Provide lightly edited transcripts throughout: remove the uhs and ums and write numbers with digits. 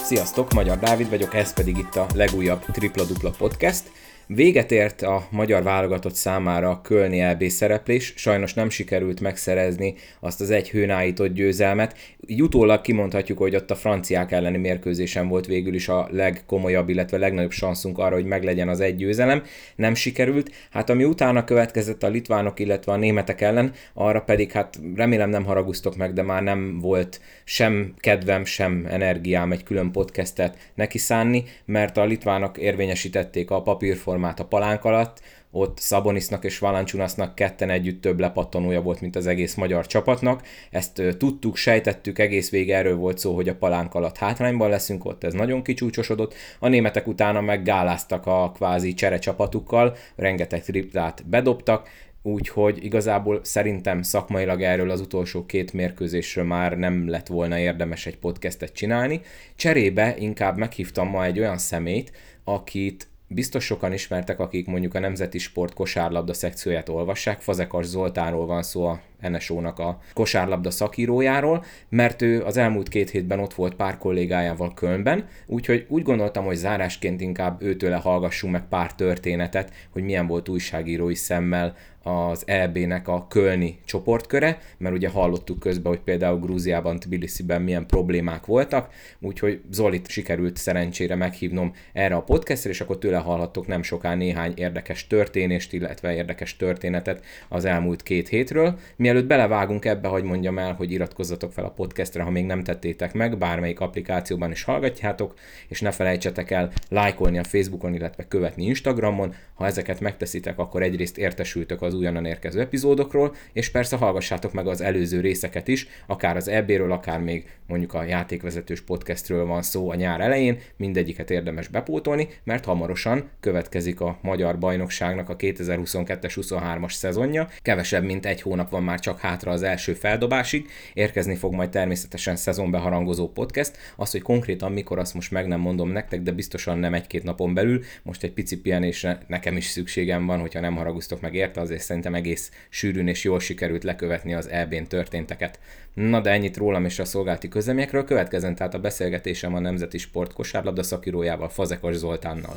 Sziasztok, Magyar Dávid vagyok, ez pedig itt a legújabb Tripla Dupla Podcast. Véget ért a magyar válogatott számára a kölni EB szereplés, sajnos nem sikerült megszerezni azt az egy hőn állított győzelmet. Így utólag kimondhatjuk, hogy ott a franciák elleni mérkőzésen volt végül is a legkomolyabb, illetve legnagyobb sanszunk arra, hogy meglegyen az egy győzelem. Nem sikerült. Hát ami utána következett a litvánok, illetve a németek ellen, arra pedig hát remélem nem haraguztok meg, de már nem volt sem kedvem, sem energiám egy külön podcastet neki szánni, mert a litvánok érvényesítették a papírformát a palánk alatt, ott Szabonisznak és Valanciunasnak ketten együtt több lepattanója volt, mint az egész magyar csapatnak. Ezt tudtuk, sejtettük, egész végig erről volt szó, hogy a palánk alatt hátrányban leszünk, ott ez nagyon kicsúcsosodott. A németek utána meg gáláztak a kvázi cserecsapatukkal, rengeteg triplát bedobtak, úgyhogy igazából szerintem szakmailag erről az utolsó két mérkőzésről már nem lett volna érdemes egy podcastet csinálni. Cserébe inkább meghívtam ma egy olyan személyt, akit biztos sokan ismertek, akik mondjuk a Nemzeti Sport kosárlabda szekcióját olvassák. Fazekas Zoltánról van szó, a NSO-nak a kosárlabda szakírójáról, mert ő az elmúlt 2 hétben ott volt pár kollégájával Kölnben, úgyhogy úgy gondoltam, hogy zárásként inkább őtőle hallgassunk meg pár történetet, hogy milyen volt újságírói szemmel az EB-nek a kölni csoportköre, mert ugye hallottuk közben, hogy például Grúziában, Tbilisiben milyen problémák voltak, úgyhogy Zolit sikerült szerencsére meghívnom erre a podcastre, és akkor tőle hallhattok nem soká néhány érdekes történést, illetve érdekes történetet az elmúlt 2 hétről. Mielőtt belevágunk ebbe, hogy mondjam el, hogy iratkozzatok fel a podcastre, ha még nem tettétek meg, bármelyik applikációban is hallgatjátok, és ne felejtsetek el lájkolni a Facebookon, illetve követni Instagramon. Ha ezeket megteszitek, akkor egyrészt értesültök az újonnan érkező epizódokról, és persze hallgassátok meg az előző részeket is, akár az EB-ről, akár még mondjuk a játékvezetős podcastről van szó a nyár elején, mindegyiket érdemes bepótolni, mert hamarosan következik a magyar bajnokságnak a 2022-23-as szezonja. Kevesebb, mint 1 hónap van már csak hátra az első feldobásig, érkezni fog majd természetesen szezonbeharangozó podcast. Az, hogy konkrétan mikor, azt most meg nem mondom nektek, de biztosan nem 1-2 napon belül. Most egy pici pihenésre nekem is szükségem van, hogyha nem haraguztok meg érte, azért szerintem egész sűrűn és jól sikerült lekövetni az EB-n történteket. Na de ennyit rólam és a szolgálati közleményekről, következzen tehát a beszélgetésem a Nemzeti Sport kosárlabda szakírójával, Fazekas Zoltánnal.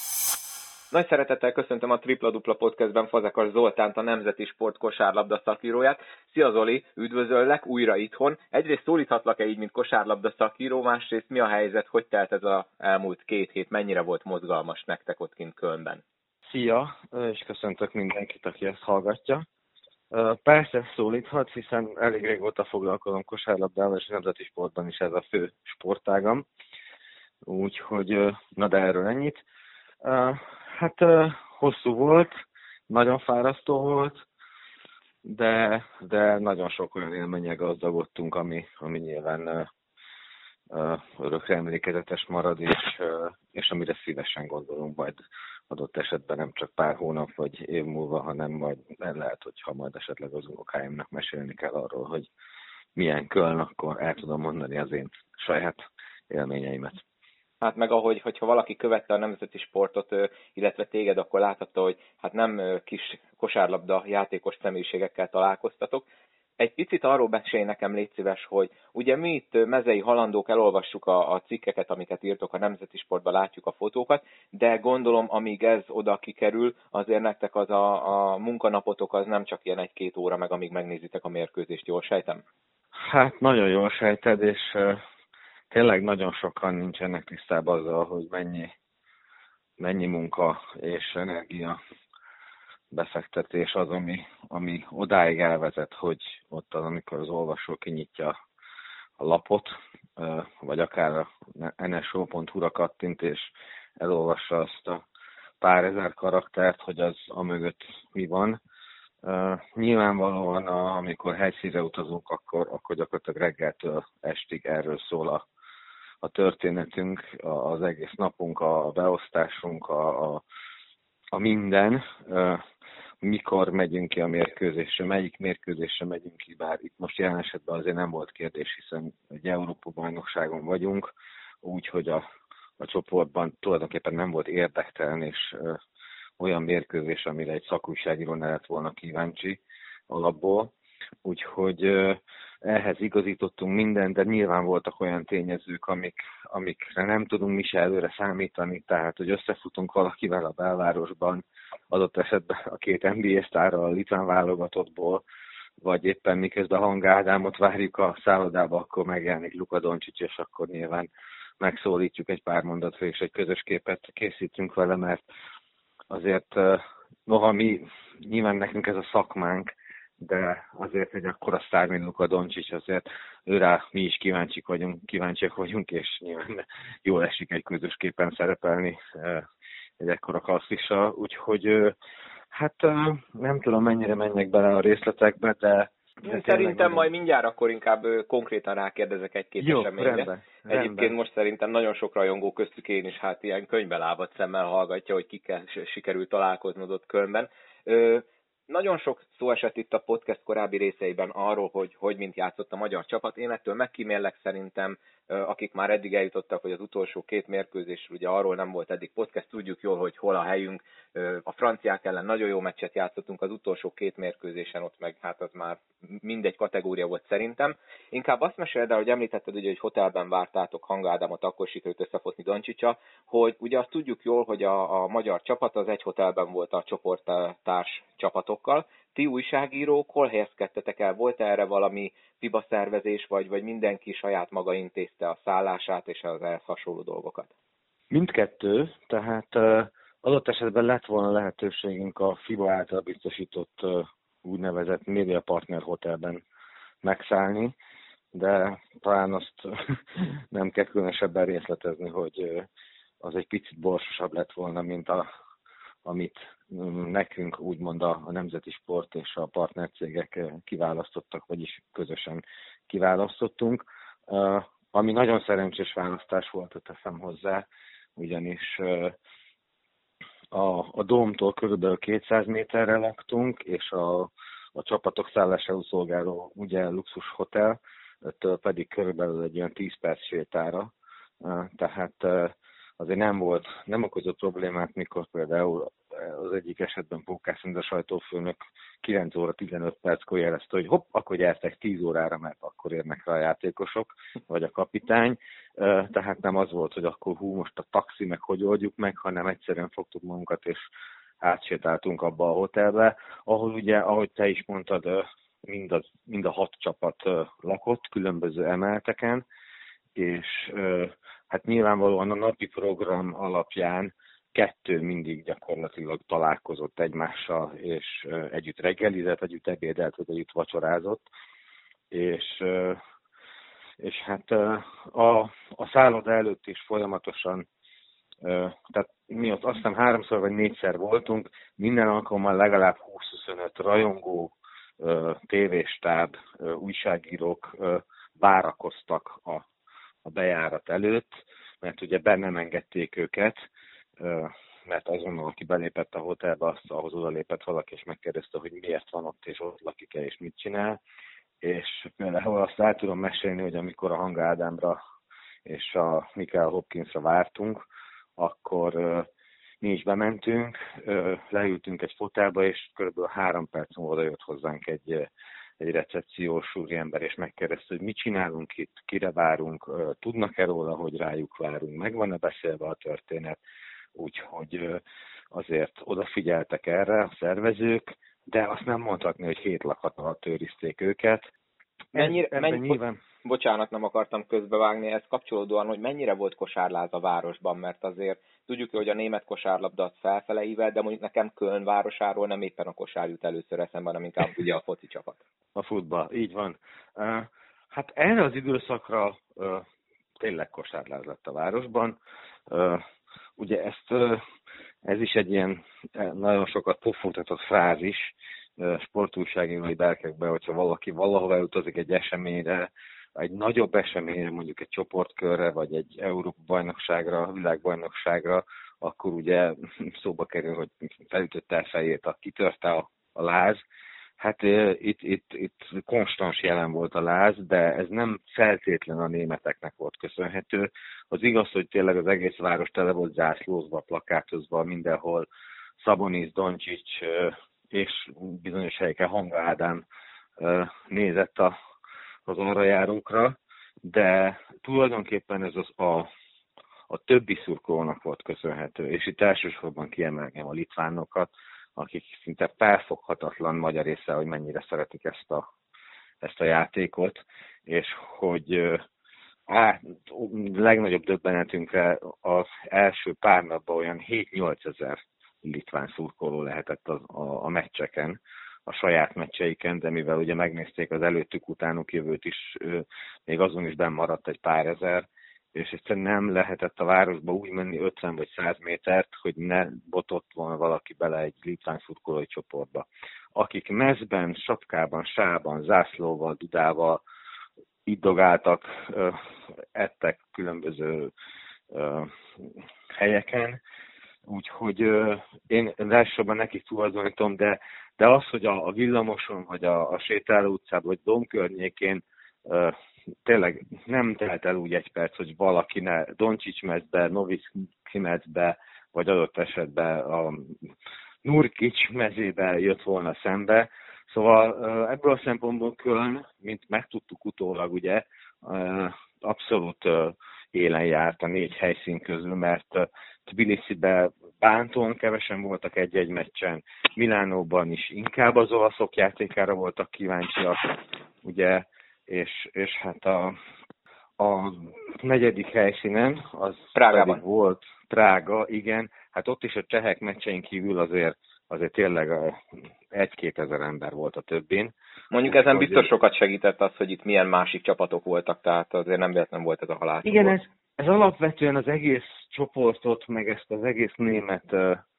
Nagy szeretettel köszöntöm a Tripla Dupla Podcastben Fazekas Zoltánt, a Nemzeti Sport kosárlabda szakíróját. Szia Zoli, üdvözöllek újra itthon. Egyrészt szólíthatlak-e így, mint kosárlabda szakíró, másrészt mi a helyzet, hogy telt ez az elmúlt 2 hét, mennyire volt mozgalmas nektek ott kint Kölnben? Szia, és köszöntök mindenkit, aki ezt hallgatja. Persze szólíthat, hiszen elég régóta foglalkozom kosárlabdával, és nemzeti sportban is ez a fő sportágam. Úgyhogy, na de erről ennyit. Hát hosszú volt, nagyon fárasztó volt, de nagyon sok olyan élménnyel gazdagodtunk, ami nyilván örökre emlékezetes marad, és amire szívesen gondolunk majd adott esetben nem csak pár hónap vagy év múlva, hanem majd lehet, hogyha majd esetleg az unokáimnak mesélni kell arról, hogy milyen Köln, akkor el tudom mondani az én saját élményeimet. Hát meg hogyha valaki követte a nemzeti sportot, illetve téged, akkor láthatta, hogy hát nem kis kosárlabda játékos személyiségekkel találkoztatok. Egy picit arról beszélj nekem, légy szíves, hogy ugye mi itt mezei halandók elolvassuk a cikkeket, amiket írtok a Nemzeti Sportban, látjuk a fotókat, de gondolom, amíg ez oda kikerül, azért nektek az a munkanapotok az nem csak ilyen 1-2 óra, meg amíg megnézitek a mérkőzést, jól sejtem? Hát nagyon jól sejted, és tényleg nagyon sokan nincsenek tisztában azzal, hogy mennyi munka és energia befektetés az, ami odáig elvezet, hogy ott az, amikor az olvasó kinyitja a lapot, vagy akár a nso.hu-ra kattint, és elolvassa azt a pár ezer karaktert, hogy az amögött mi van. Nyilvánvalóan, amikor helyszínre utazunk, akkor gyakorlatilag reggeltől estig erről szól a történetünk, az egész napunk, a beosztásunk, a minden, mikor megyünk ki a mérkőzésre, melyik mérkőzésre megyünk ki, bár itt most jelen esetben azért nem volt kérdés, hiszen egy Európa-bajnokságon vagyunk, úgyhogy a csoportban tulajdonképpen nem volt érdektelen, és olyan mérkőzés, amire egy szakújságíró ne lett volna kíváncsi alapból. Úgyhogy ehhez igazítottunk mindent, de nyilván voltak olyan tényezők, amikre nem tudunk mi se előre számítani, tehát hogy összefutunk valakivel a belvárosban, adott esetben a két NBA sztárral a litván válogatottból, vagy éppen miközben Hang Ádámot várjuk a szállodába, akkor megjelenik Luka Doncic, és akkor nyilván megszólítjuk egy pár mondatra, és egy közös képet készítünk vele, mert azért noha nyilván nekünk ez a szakmánk, de azért egy akkora sztár, mint Luka Doncic, azért őrá mi is kíváncsiak vagyunk, és nyilván jól esik egy közös képen szerepelni egy ekkora klasszissal, úgyhogy hát nem tudom, mennyire menjek bele a részletekbe, de szerintem majd mindjárt akkor inkább konkrétan rákérdezek egy-két eseményre. Rendben. Egyébként most szerintem nagyon sok rajongó, köztük én is, hát ilyen könyvbe lábadt szemmel hallgatja, hogy kikkel sikerült találkoznod ott Kölnben. Nagyon sok szó esett itt a podcast korábbi részeiben arról, hogy mint játszott a magyar csapat. Én ettől megkímélek szerintem, akik már eddig eljutottak, hogy az utolsó 2 mérkőzés, ugye arról nem volt eddig podcast, tudjuk jól, hogy hol a helyünk. A franciák ellen nagyon jó meccset játszottunk, az utolsó 2 mérkőzésen ott meg, hát az már mindegy kategória volt szerintem. Inkább azt meséld el, hogy említetted, ugye, hogy hotelben vártátok Hang Ádámot, akkor sikerült összefotni Doncsicsal, hogy ugye azt tudjuk jól, hogy a magyar csapat az egy hotelben volt a csoporttárs csapatokkal. Ti újságírók hol helyezkedtetek el? Volt erre valami FIBA szervezés, vagy mindenki saját maga intézte a szállását és az ehhez hasonló dolgokat? Mindkettő, tehát adott esetben lett volna lehetőségünk a FIBA által biztosított úgynevezett Media Partner Hotelben megszállni, de talán azt nem kell különösebben részletezni, hogy az egy picit borsosabb lett volna, mint amit nekünk úgymond a Nemzeti Sport és a partnercégek kiválasztottak, vagyis közösen kiválasztottunk. Ami nagyon szerencsés választás volt, teszem hozzá, ugyanis a Dómtól körülbelül 200 méterre laktunk, és a csapatok szállásául szolgáló ugye luxus hotel, ettől pedig körülbelül egy olyan 10 perc sétára, tehát azért nem okozott problémát, mikor például az egyik esetben Pókás Endre sajtófőnök 9 óra 15 perckor jelezte, hogy hopp, akkor gyertek 10 órára, mert akkor érnek rá a játékosok, vagy a kapitány. Tehát nem az volt, hogy akkor most a taxi, meg hogy oldjuk meg, hanem egyszerűen fogtuk magunkat, és átsétáltunk abba a hotelbe, ahol ugye, ahogy te is mondtad, mind a 6 csapat lakott különböző emeleteken, és hát nyilvánvalóan a napi program alapján 2 mindig gyakorlatilag találkozott egymással, és együtt reggelizett, együtt ebédelt, vagy együtt vacsorázott, és hát a szálloda előtt is folyamatosan, tehát mi ott azt hiszem 3-szor vagy 4-szer voltunk, minden alkalommal legalább 20-25 rajongó, tévéstáb, újságírók várakoztak a bejárat előtt, mert ugye be nem engedték őket, mert azonnal, aki belépett a hotelbe, ahhoz oda lépett valaki, és megkérdezte, hogy miért van ott, és ott lakik-e, és mit csinál. És például azt el tudom mesélni, hogy amikor a Hang Ádámra és a Michael Hopkinsra vártunk, akkor mi is bementünk, leültünk egy fotelba, és kb. 3 perc múlva odajött hozzánk egy recepciós úriember, és megkérdezte, hogy mit csinálunk itt, kire várunk, tudnak-e róla, hogy rájuk várunk, meg van-e beszélve a történet, úgyhogy azért odafigyeltek erre a szervezők, de azt nem mondhatni, hogy 7 lakat alatt őrizték őket. Bocsánat, nem akartam közbevágni, ez kapcsolódóan, hogy mennyire volt kosárláz a városban, mert azért tudjuk, hogy a német kosárlabda az felfele ível, de mondjuk nekem Köln városáról nem éppen a kosár jut először eszembe, hanem inkább ugye a foci csapat. A futball, így van. Hát erre az időszakra tényleg kosárláz lett a városban. Ugye ez is egy ilyen nagyon sokat pufogtatott frázis sportújságírói berkekben, hogyha valaki valahova utazik egy eseményre, egy nagyobb eseményre, mondjuk egy csoportkörre, vagy egy Európa-bajnokságra, világbajnokságra, akkor ugye szóba kerül, hogy felütötte a fejét, kitörte a láz. Hát itt konstans jelen volt a láz, de ez nem feltétlen a németeknek volt köszönhető. Az igaz, hogy tényleg az egész város tele volt zászlózva, plakátozva, mindenhol Szabonis, Doncsics és bizonyos helyeken Hang Ádám nézett az arra járókra, de tulajdonképpen ez a többi szurkolónak volt köszönhető, és itt elsősorban kiemelném a litvánokat, akik szinte felfoghatatlan magyar része, hogy mennyire szeretik ezt a játékot, és hogy legnagyobb döbbenetünkre az első pár napban olyan 7-8 ezer litván szurkoló lehetett a meccseken, a saját meccseiken, de mivel ugye megnézték az előttük utánuk jövőt is, még azon is benn maradt egy pár ezer, és egyszerűen nem lehetett a városba úgy menni 50 vagy 100 métert, hogy ne botott volna valaki bele egy litván szurkolói csoportba. Akik mezben, sapkában, sában, zászlóval, dudával iddogáltak, ettek különböző helyeken, úgyhogy én elsősorban nekik tulajdonítom, de az, hogy a villamoson, vagy a sétáló utcában, vagy Dóm környékén tényleg nem telt el úgy egy perc, hogy valaki ne Doncsics mezbe, Novicki mezbe, vagy adott esetben a Nurkics mezébe jött volna szembe. Szóval ebből a szempontból Köln, mint megtudtuk utólag, ugye, abszolút élen járt a 4 helyszín közül, mert Tbilisibe bántóan kevesen voltak egy-egy meccsen, Milánóban is inkább az olaszok játékára voltak kíváncsiak, ugye, és hát a negyedik helyszínen, az Prágában volt Prága, igen, hát ott is a csehek meccsein kívül azért tényleg 1-2 ezer ember volt a többin. Mondjuk ezen biztos sokat segített az, hogy itt milyen másik csapatok voltak, tehát azért nem véletlen volt ez a halál. Igen, ez alapvetően az egész csoportot, meg ezt az egész német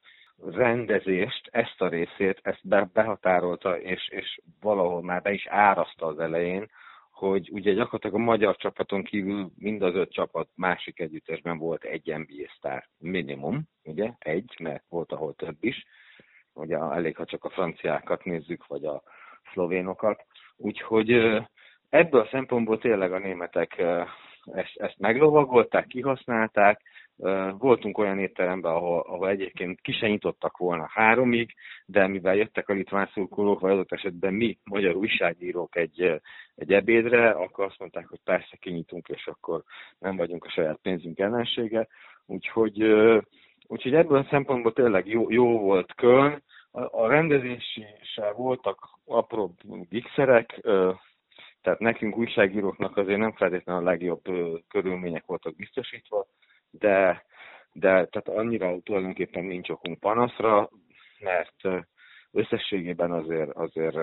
rendezést, ezt a részét, ezt behatárolta, és valahol már be is áraszta az elején, hogy ugye gyakorlatilag a magyar csapaton kívül mind az 5 csapat másik együttesben volt egy NBA sztár minimum, ugye, mert volt ahol több is, ugye elég, ha csak a franciákat nézzük, vagy a szlovénokat, úgyhogy ebből a szempontból tényleg a németek ezt meglovagolták, kihasználták. Voltunk olyan étteremben, ahol egyébként ki se nyitottak volna 3-ig, de mivel jöttek a litván szurkolók, vagy adott esetben mi, magyar újságírók egy ebédre, akkor azt mondták, hogy persze kinyitunk, és akkor nem vagyunk a saját pénzünk ellensége. Úgyhogy ebből a szempontból tényleg jó volt Köln. A rendezéssel voltak apró gigszerek, tehát nekünk újságíróknak azért nem feltétlenül a legjobb körülmények voltak biztosítva, de tehát annyira tulajdonképpen nincs okunk panaszra, mert összességében azért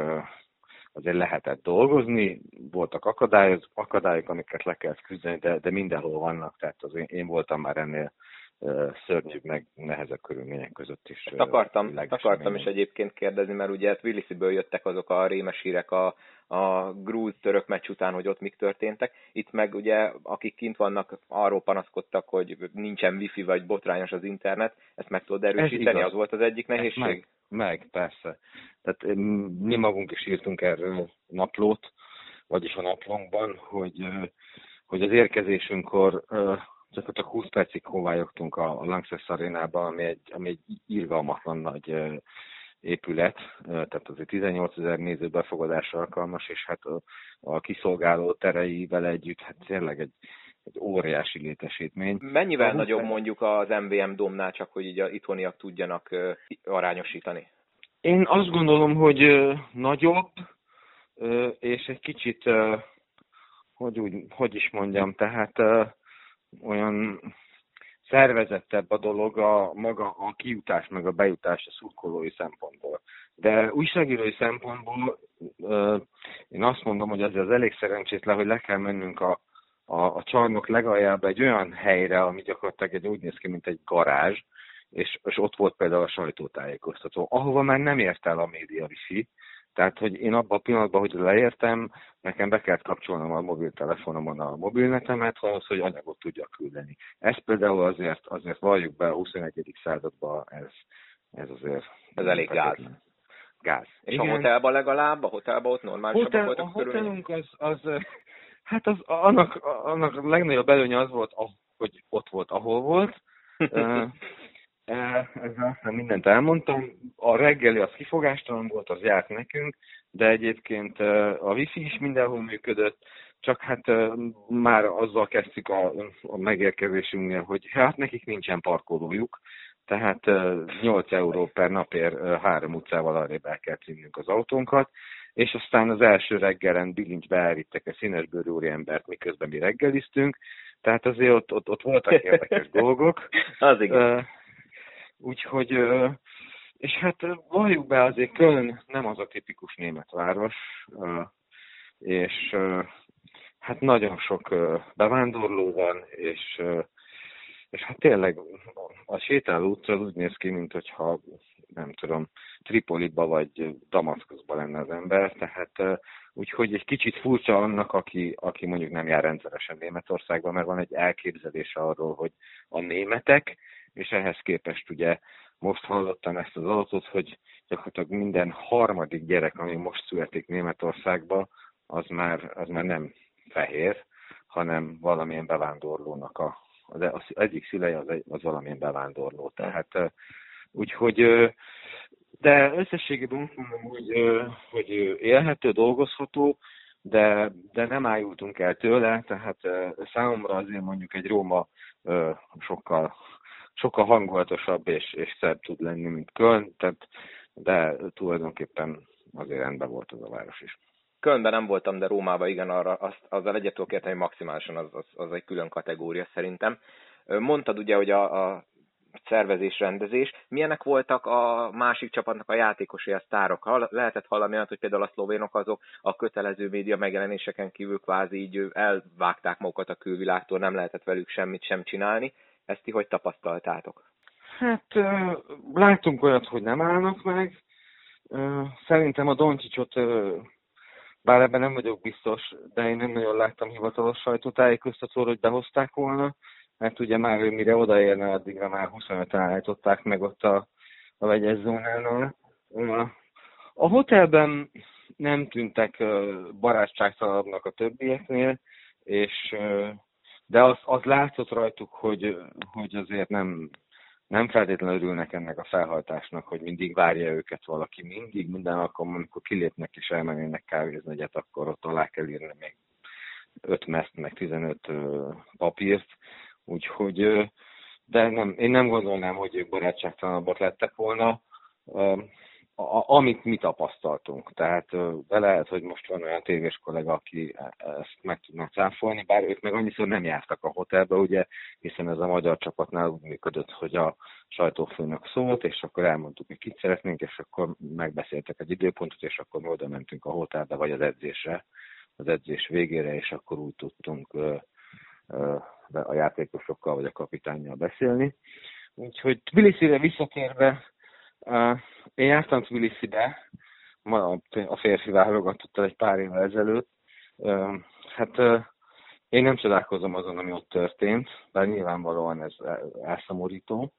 lehetett dolgozni, voltak akadályok, amiket le kellett küzdeni, de mindenhol vannak, tehát én voltam már ennél szörnyűbb, meg nehezebb körülmények között is. Ezt akartam is egyébként kérdezni, mert ugye Tbilisiből jöttek azok a rémes hírek a grúz-török meccs után, hogy ott mik történtek. Itt meg ugye, akik kint vannak, arról panaszkodtak, hogy nincsen wifi, vagy botrányos az internet. Ezt meg tudod erősíteni? Az volt az egyik nehézség? Meg, persze. Tehát mi magunk is írtunk erről naplót, vagyis a naplónkban, hogy az érkezésünkkor csak 20 percig hóvályogtunk a Lanxess arénába, ami egy irgalmatlan nagy épület, tehát azért 18 000 néző befogadásra alkalmas, és hát a kiszolgáló tereivel együtt, hát tényleg egy óriási létesítmény. Mennyivel nagyobb mondjuk az MVM Domnál, csak hogy így a itthoniak tudjanak arányosítani? Én azt gondolom, hogy nagyobb, és egy kicsit, hogy is mondjam, tehát olyan szervezettebb a dolog maga a kijutás meg a bejutás a szurkolói szempontból. De újságírói szempontból én azt mondom, hogy azért az elég szerencsétlen, hogy le kell mennünk a csarnok legaljába egy olyan helyre, ami gyakorlatilag úgy néz ki, mint egy garázs, és ott volt például a sajtótájékoztató, ahova már nem ért el a média wifi. Tehát, hogy én abban a pillanatban, hogy leértem, nekem be kellett kapcsolnom a mobiltelefonomon a mobilnetemet, ahhoz, hogy anyagot tudjak küldeni. Ez például azért valljuk be a 21. században, ez azért... Ez elég gáz. És igen. A hotelban legalább? A hotelban ott normálisabbak voltak a hotelunk hát annak legnagyobb előnye az volt, hogy ott volt, ahol volt. Ezzel aztán mindent elmondtam. A reggeli az kifogástalan volt, az járt nekünk, de egyébként a wifi is mindenhol működött, csak hát már azzal kezdtük a megérkezésünknél, hogy hát nekik nincsen parkolójuk, tehát 8 euró per napért 3 utcával arrébb el kell vinnünk az autónkat, és aztán az első reggelen bilincsbe elvittek egy színesbőrű úriembert, miközben mi reggeliztünk, tehát azért ott voltak érdekes dolgok. Az igen. Úgyhogy, és hát valljuk be, azért Köln nem az a tipikus német város, és hát nagyon sok bevándorló van, és hát tényleg a sétáló utca úgy néz ki, mint hogyha, nem tudom, Tripoliba vagy Damaszkuszba lenne az ember, tehát úgyhogy egy kicsit furcsa annak, aki mondjuk nem jár rendszeresen Németországban, mert van egy elképzelése arról, hogy a németek, és ehhez képest ugye most hallottam ezt az adatot, hogy gyakorlatilag minden harmadik gyerek, ami most születik Németországba, az már nem fehér, hanem valamilyen bevándorlónak az egyik szülei az valamilyen bevándorló. Tehát úgyhogy, de összességében úgy mondom, hogy élhető, dolgozható, de nem ájultunk el tőle, tehát számomra azért mondjuk egy Róma sokkal hangulatosabb és szebb tud lenni, mint Köln, de tulajdonképpen azért rendben volt az a város is. Kölnben nem voltam, de Rómában igen, azzal egyet tudok érteni, hogy maximálisan az egy külön kategória szerintem. Mondtad ugye, hogy a szervezés, rendezés. Milyenek voltak a másik csapatnak a játékosai, a sztárok? Lehetett hallani olyat, hogy például a szlovénok azok a kötelező média megjelenéseken kívül kvázi így elvágták magukat a külvilágtól, nem lehetett velük semmit sem csinálni. Ezt ti hogy tapasztaltátok? Hát láttunk olyat, hogy nem állnak meg. Szerintem a Doncsicsot, bár ebben nem vagyok biztos, de én nem nagyon láttam hivatalos sajtótájékoztatóra, hogy behozták volna, mert ugye már mire odaérne, addigra már 25-en állították meg ott a vegyes zónánál. A hotelben nem tűntek barátságtalanabbnak a többieknél, de az látszott rajtuk, hogy azért nem feltétlenül örülnek ennek a felhajtásnak, hogy mindig várja őket valaki, minden alkalommal, amikor kilépnek és elmennének kávézni egyet, akkor ott alá kell írni még 5 meszt, meg 15 papírt. Úgyhogy, de én nem gondolnám, hogy ők barátságtalanabbak lettek volna, amit mi tapasztaltunk. Tehát de lehet, hogy most van olyan tévés kollega, aki ezt meg tudna cáfolni, bár ők meg annyiszor nem jártak a hotelbe, ugye, hiszen ez a magyar csapatnál úgy működött, hogy a sajtófőnök szólt, és akkor elmondtuk, hogy kit szeretnénk, és akkor megbeszéltek egy időpontot, és akkor oda mentünk a hotelbe, vagy az edzésre, az edzés végére, és akkor úgy tudtunk a játékosokkal vagy a kapitánnyal beszélni. Úgyhogy Tbilisire visszatérve, én jártam Tbilisibe, a férfi válogatottal egy pár évvel ezelőtt. Hát én nem csodálkozom azon, ami ott történt, bár nyilvánvalóan ez elszomorító.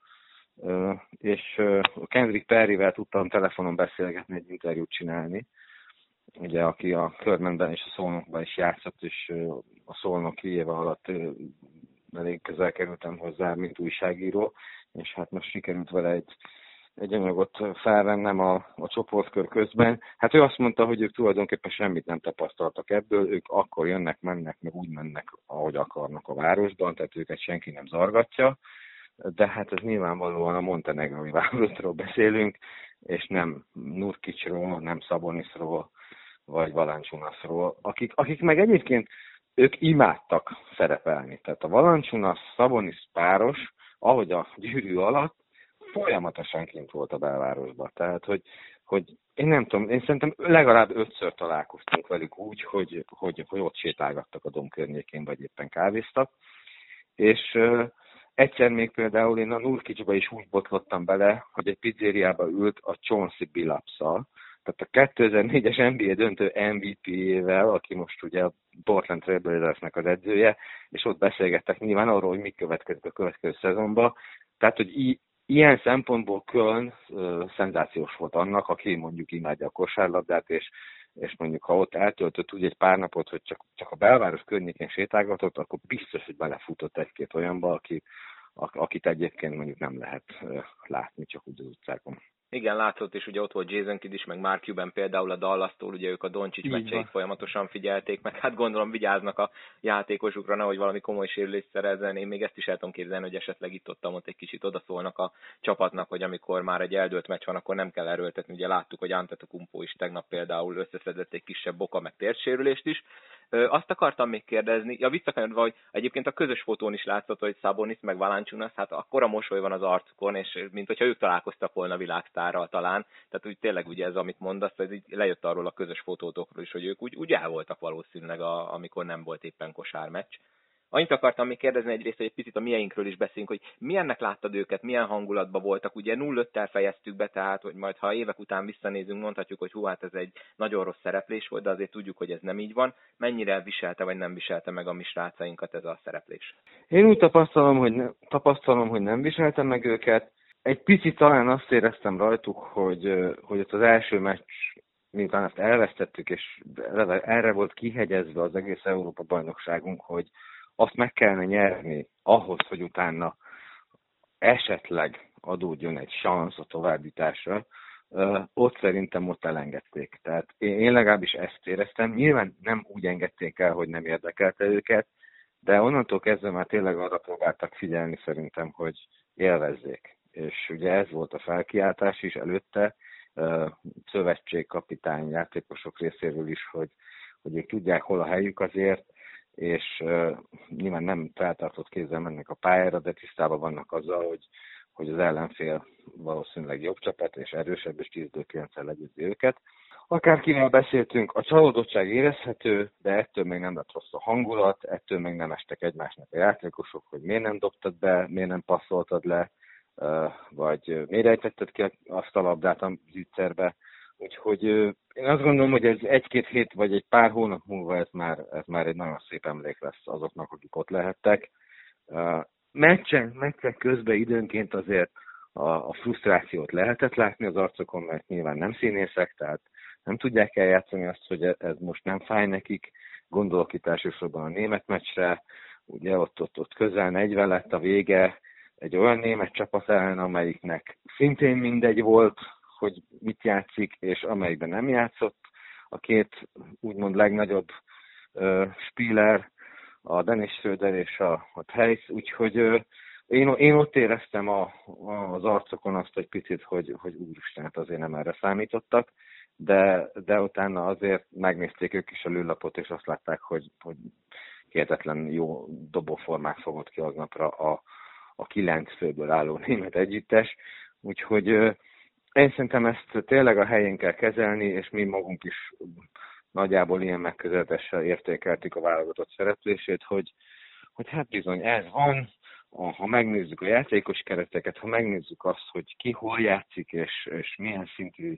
És Kendrick Perryvel tudtam telefonon beszélgetni, egy interjút csinálni, ugye, aki a Körmenben és a Szolnokban is játszott, és a Szolnoki éve alatt elég közel kerültem hozzá, mint újságíró, és hát most sikerült vele egy anyagot felvennem a csoportkör közben. Hát ő azt mondta, hogy ők tulajdonképpen semmit nem tapasztaltak ebből, ők akkor jönnek, mennek, meg úgy mennek, ahogy akarnak a városban, tehát őket senki nem zargatja, de hát ez nyilvánvalóan a montenegrói válogatról beszélünk, és nem Nurkicsról, nem Szabonisról, vagy Valanciunasról, akik meg egyébként ők imádtak szerepelni. Tehát a Valanciunas-Szabonis páros, ahogy a gyűrű alatt, folyamatosan kint volt a belvárosban. Tehát, hogy én nem tudom, én szerintem legalább 5-ször találkoztunk velük úgy, hogy ott sétálgattak a Dom környékén, vagy éppen kávéztak. És egyszer még például én a Nurkicsba is úgy botlottam bele, hogy egy pizzériába ült a Chauncey Billups-szal, tehát a 2004-es NBA döntő MVP-jével, aki most ugye a Portland Trail Blazersnek az edzője, és ott beszélgettek nyilván arról, hogy mi következik a következő szezonban. Tehát, hogy ilyen szempontból Köln szenzációs volt annak, aki mondjuk imádja a kosárlabdát, és mondjuk ha ott eltöltött úgy egy pár napot, hogy csak a belváros környékén sétálgatott, akkor biztos, hogy belefutott egy-két olyanba, akit egyébként mondjuk nem lehet látni csak úgy az utcákon. Igen, látszott, és ugye ott volt Jason Kidd is, meg Mark Cuban például a Dallastól, ugye ők a Doncic meccseit folyamatosan figyelték, meg hát gondolom vigyáznak a játékosukra, nehogy valami komoly sérülést szerezzen. Én még ezt is el tudom képzelni, hogy esetleg ott egy kicsit odaszólnak a csapatnak, hogy amikor már egy eldőlt meccs van, akkor nem kell erőltetni. Ugye láttuk, hogy Antetokounmpo is tegnap például összeszedett egy kisebb boka, meg térsérülést is. Azt akartam még kérdezni, visszakanyarodva, hogy egyébként a közös fotón is látszott, hogy Sabonis meg Valanciunas, hát akkora mosoly van az arcukon, és mint hogyha ők találkoztak volna világsztárral talán, tehát úgy tényleg ugye ez, amit mondasz, ez így lejött arról a közös fotótokról is, hogy ők úgy el voltak valószínűleg, amikor nem volt éppen kosármeccs. Annyit akartam még kérdezni egyrészt, hogy egy picit a mieinkről is beszélünk, hogy milyennek láttad őket, milyen hangulatban voltak. Ugye 0-5-tel fejeztük be, tehát hogy majd ha évek után visszanézünk, mondhatjuk, hogy hú, hát ez egy nagyon rossz szereplés volt, de azért tudjuk, hogy ez nem így van. Mennyire viselte vagy nem viselte meg a mi srácainkat ez a szereplés? Én úgy tapasztalom, hogy nem viseltem meg őket. Egy picit talán azt éreztem rajtuk, hogy ott az első meccs, miután ezt elvesztettük, és erre volt kihegyezve az egész Európa-bajnokságunk, hogy azt meg kellene nyerni ahhoz, hogy utána esetleg adódjon egy szansz a továbbjutásra, ott szerintem ott elengedték. Tehát én legalábbis ezt éreztem. Nyilván nem úgy engedték el, hogy nem érdekelte őket, de onnantól kezdve már tényleg arra próbáltak figyelni szerintem, hogy élvezzék. És ugye ez volt a felkiáltás is előtte, szövetségkapitány játékosok részéről is, hogy ők tudják, hol a helyük azért, és nyilván nem feltartott kézzel mennek a pályára, de tisztában vannak azzal, hogy az ellenfél valószínűleg jobb csapat, és erősebb, és 10-9-el legyőzi őket. Akárkivel beszéltünk, a csalódottság érezhető, de ettől még nem lett rossz a hangulat, ettől még nem estek egymásnak a játékosok, hogy miért nem dobtad be, miért nem passzoltad le, vagy miért ejtetted ki azt a labdát a zicserbe. Úgyhogy én azt gondolom, hogy ez 1-2 hét vagy egy pár hónap múlva ez már egy nagyon szép emlék lesz azoknak, akik ott lehettek. Meccsek közben időnként azért a frusztrációt lehetett látni az arcokon, mert nyilván nem színészek, tehát nem tudják eljátszani azt, hogy ez most nem fáj nekik. Gondolok itt elsősorban a német meccsre, ugye ott közel 40 lett a vége, egy olyan német csapat ellen, amelyiknek szintén mindegy volt, hogy mit játszik, és amelyikben nem játszott. A két úgymond legnagyobb spieler, a Dennis Schröder és a Theis, úgyhogy én ott éreztem az arcokon azt egy picit, hogy úristen, hát azért nem erre számítottak, de utána azért megnézték ők is a lőlapot, és azt látták, hogy hihetetlen jó dobóformát fogott ki aznapra a 9 főből álló német együttes, úgyhogy én szerintem ezt tényleg a helyén kell kezelni, és mi magunk is nagyjából ilyen megközelítéssel értékeltük a válogatott szereplését, hogy hát bizony ez van, ha megnézzük a játékos kereteket, ha megnézzük azt, hogy ki hol játszik, és milyen szintű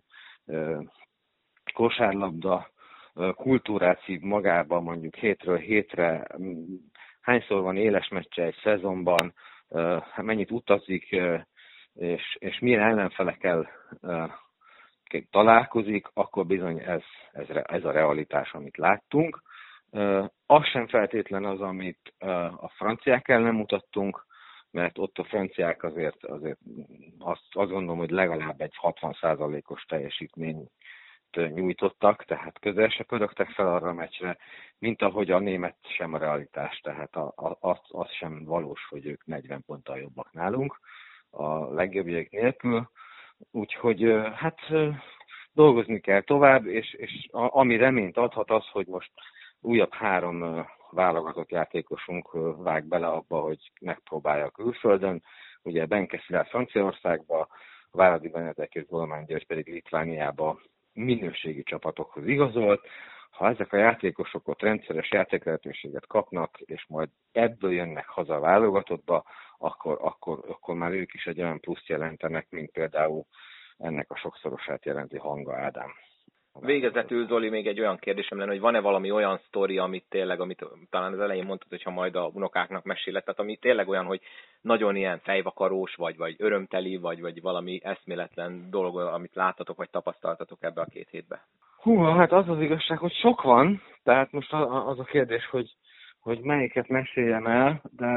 kosárlabda kultúrát szív magába mondjuk hétről hétre, hányszor van éles meccse egy szezonban, mennyit utazik, és milyen ellenfelekkel találkozik, akkor bizony ez a realitás, amit láttunk. Az sem feltétlen az, amit a franciák ellen mutattunk, mert ott a franciák azért azt gondolom, hogy legalább egy 60%-os teljesítményt nyújtottak, tehát közel se pörögtek fel arra a meccsre, mint ahogy a német sem a realitás, tehát az sem valós, hogy ők 40 ponttal jobbak nálunk a legjobbjaik nélkül. Úgyhogy hát dolgozni kell tovább, és ami reményt adhat az, hogy most újabb 3 válogatott játékosunk vág bele abba, hogy megpróbálja a külföldön. Ugye Benkeszilárd Franciaországba, Váradi Benedek és Golomán György pedig Litvániába minőségi csapatokhoz igazolt. Ha ezek a játékosok ott rendszeres játéklehetőséget kapnak, és majd ebből jönnek haza a válogatottba, akkor már ők is egy olyan pluszt jelentenek, mint például ennek a sokszorosát jelenti Hanga Ádám. Végezetül, Zoli, még egy olyan kérdésem lenne, hogy van-e valami olyan sztori, amit talán az elején mondtad, hogyha majd a unokáknak meséled, tehát ami tényleg olyan, hogy nagyon ilyen fejvakarós, vagy örömteli, vagy valami eszméletlen dolog, amit láttatok, vagy tapasztaltatok ebbe a 2 hétbe? Hát az az igazság, hogy sok van, tehát most az a kérdés, hogy melyiket meséljem el, de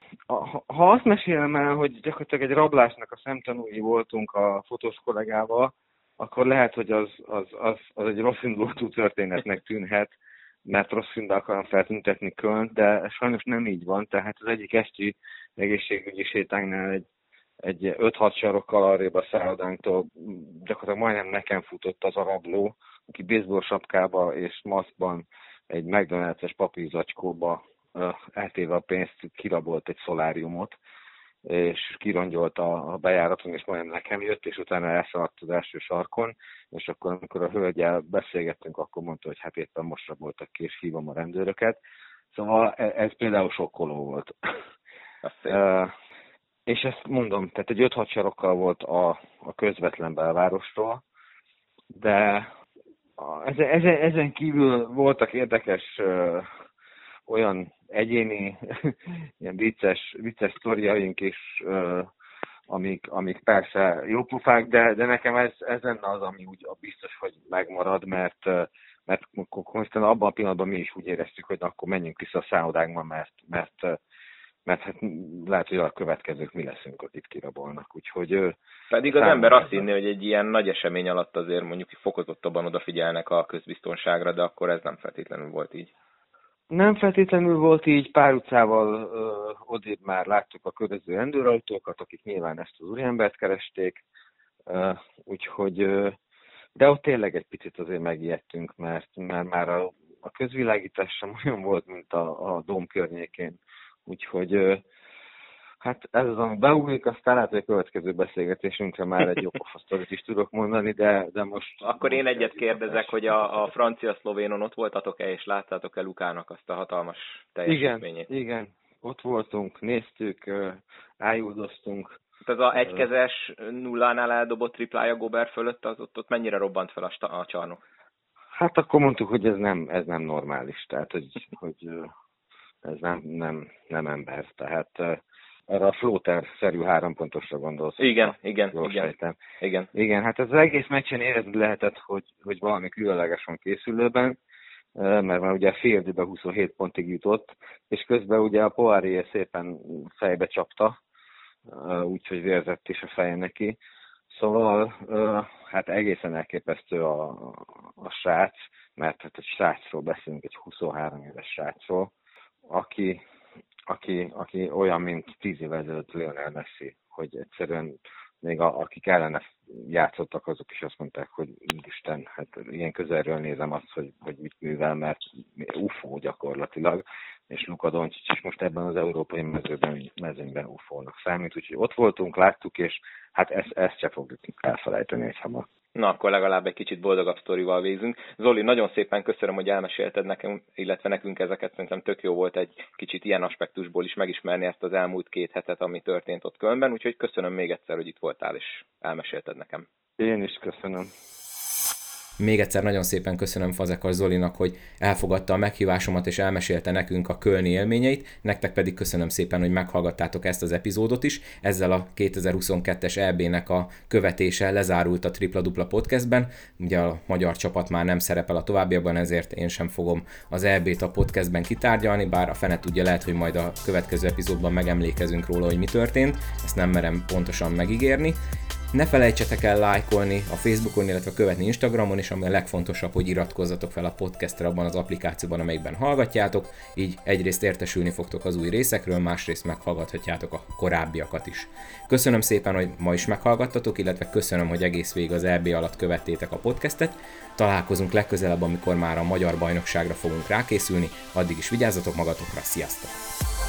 Ha azt mesélem el, hogy gyakorlatilag egy rablásnak a szemtanúi voltunk a fotós kollégával, akkor lehet, hogy az egy rosszindulatú történetnek tűnhet, mert rosszinul akarom feltüntetni Kölnt, de sajnos nem így van. Tehát az egyik esti egészségügyi sétánknál egy 5-6 sarokkal arrébb a szállodánktól gyakorlatilag majdnem nekem futott az a rabló, aki baseball sapkába és maszkban egy McDonald's-es papírzacskóba eltéve a pénzt kirabolt egy szoláriumot, és kirongyolta a bejáraton, és majdnem nekem jött, és utána elszaladt az első sarkon, és akkor, amikor a hölgyel beszélgettünk, akkor mondta, hogy hát éppen most raboltak ki, és hívom a rendőröket. Szóval ez például sokkoló volt. És ezt mondom, tehát egy 5-6 sarokkal volt a közvetlen belvárosról, de ezen kívül voltak érdekes olyan egyéni, ilyen vicces sztoriaink is, amik persze jópofák, de nekem ez lenne az, ami úgy biztos, hogy megmarad, mert aztán abban a pillanatban mi is úgy éreztük, hogy akkor menjünk vissza a szállodánkba, mert hát lehet, hogy a következők mi leszünk, akik kirabolnak. Úgyhogy, pedig az ember azt hinné, hogy egy ilyen nagy esemény alatt azért mondjuk fokozottabban odafigyelnek a közbiztonságra, de akkor ez nem feltétlenül volt így. Nem feltétlenül volt így, pár utcával odébb már láttuk a köröző rendőrautókat, akik nyilván ezt az úriembert keresték, úgyhogy, de ott tényleg egy picit azért megijedtünk, mert már a közvilágítás sem olyan volt, mint a Dóm környékén, úgyhogy hát ez az, ami beugrik, aztán lehet, hogy a következő beszélgetésünkre már egy jó pofasztorit is tudok mondani, de most... Akkor én egyet kérdezek, hogy a francia-szlovénon ott voltatok-e, és láttátok-e Lukának azt a hatalmas teljesítményét? Igen, ott voltunk, néztük, ájúdoztunk. Ez az egykezes nullánál eldobott triplája Gobert fölött, az ott mennyire robbant fel a csarnok? Hát akkor mondtuk, hogy ez nem normális, tehát hogy ez nem ember, tehát... Arra a floater-szerű 3 pontosra gondolsz. Igen. Igen, hát ez az egész meccsen érezni lehetett, hogy valami különleges van készülőben, mert már ugye a fél időben 27 pontig jutott, és közben ugye a Poirier szépen fejbe csapta, úgyhogy vérzett is a feje neki. Szóval hát egészen elképesztő a srác, mert hát egy srácról beszélünk, egy 23 éves srácról, aki olyan, mint 10 évvel ezelőtt Lionel Messi, hogy egyszerűen még akik ellene játszottak, azok is azt mondták, hogy Isten, hát ilyen közelről nézem azt, hogy mit művel, mert UFO gyakorlatilag, és Luka Doncic is most ebben az európai mezőnyben UFO-nak számít, úgyhogy ott voltunk, láttuk, és hát ezt se fogjuk elfelejteni egy hamar. Na, akkor legalább egy kicsit boldogabb sztorival végzünk. Zoli, nagyon szépen köszönöm, hogy elmesélted nekem, illetve nekünk ezeket, szerintem tök jó volt egy kicsit ilyen aspektusból is megismerni ezt az elmúlt 2 hetet, ami történt ott Kölnben, úgyhogy köszönöm még egyszer, hogy itt voltál és elmesélted nekem. Én is köszönöm. Még egyszer nagyon szépen köszönöm Fazekas Zolinak, hogy elfogadta a meghívásomat és elmesélte nekünk a kölni élményeit, nektek pedig köszönöm szépen, hogy meghallgattátok ezt az epizódot is. Ezzel a 2022-es EB-nek a követése lezárult a Tripla Dupla podcastben. Ugye a magyar csapat már nem szerepel a továbbiakban, ezért én sem fogom az EB-t a podcastben kitárgyalni, bár a fene tudja, lehet, hogy majd a következő epizódban megemlékezünk róla, hogy mi történt. Ezt nem merem pontosan megígérni. Ne felejtsetek el lájkolni a Facebookon, illetve követni Instagramon is, ami a legfontosabb, hogy iratkozzatok fel a podcastra abban az applikációban, amelyikben hallgatjátok, így egyrészt értesülni fogtok az új részekről, másrészt meghallgathatjátok a korábbiakat is. Köszönöm szépen, hogy ma is meghallgattatok, illetve köszönöm, hogy egész végig az EB alatt követtétek a podcastet. Találkozunk legközelebb, amikor már a magyar bajnokságra fogunk rákészülni, addig is vigyázzatok magatokra, sziasztok!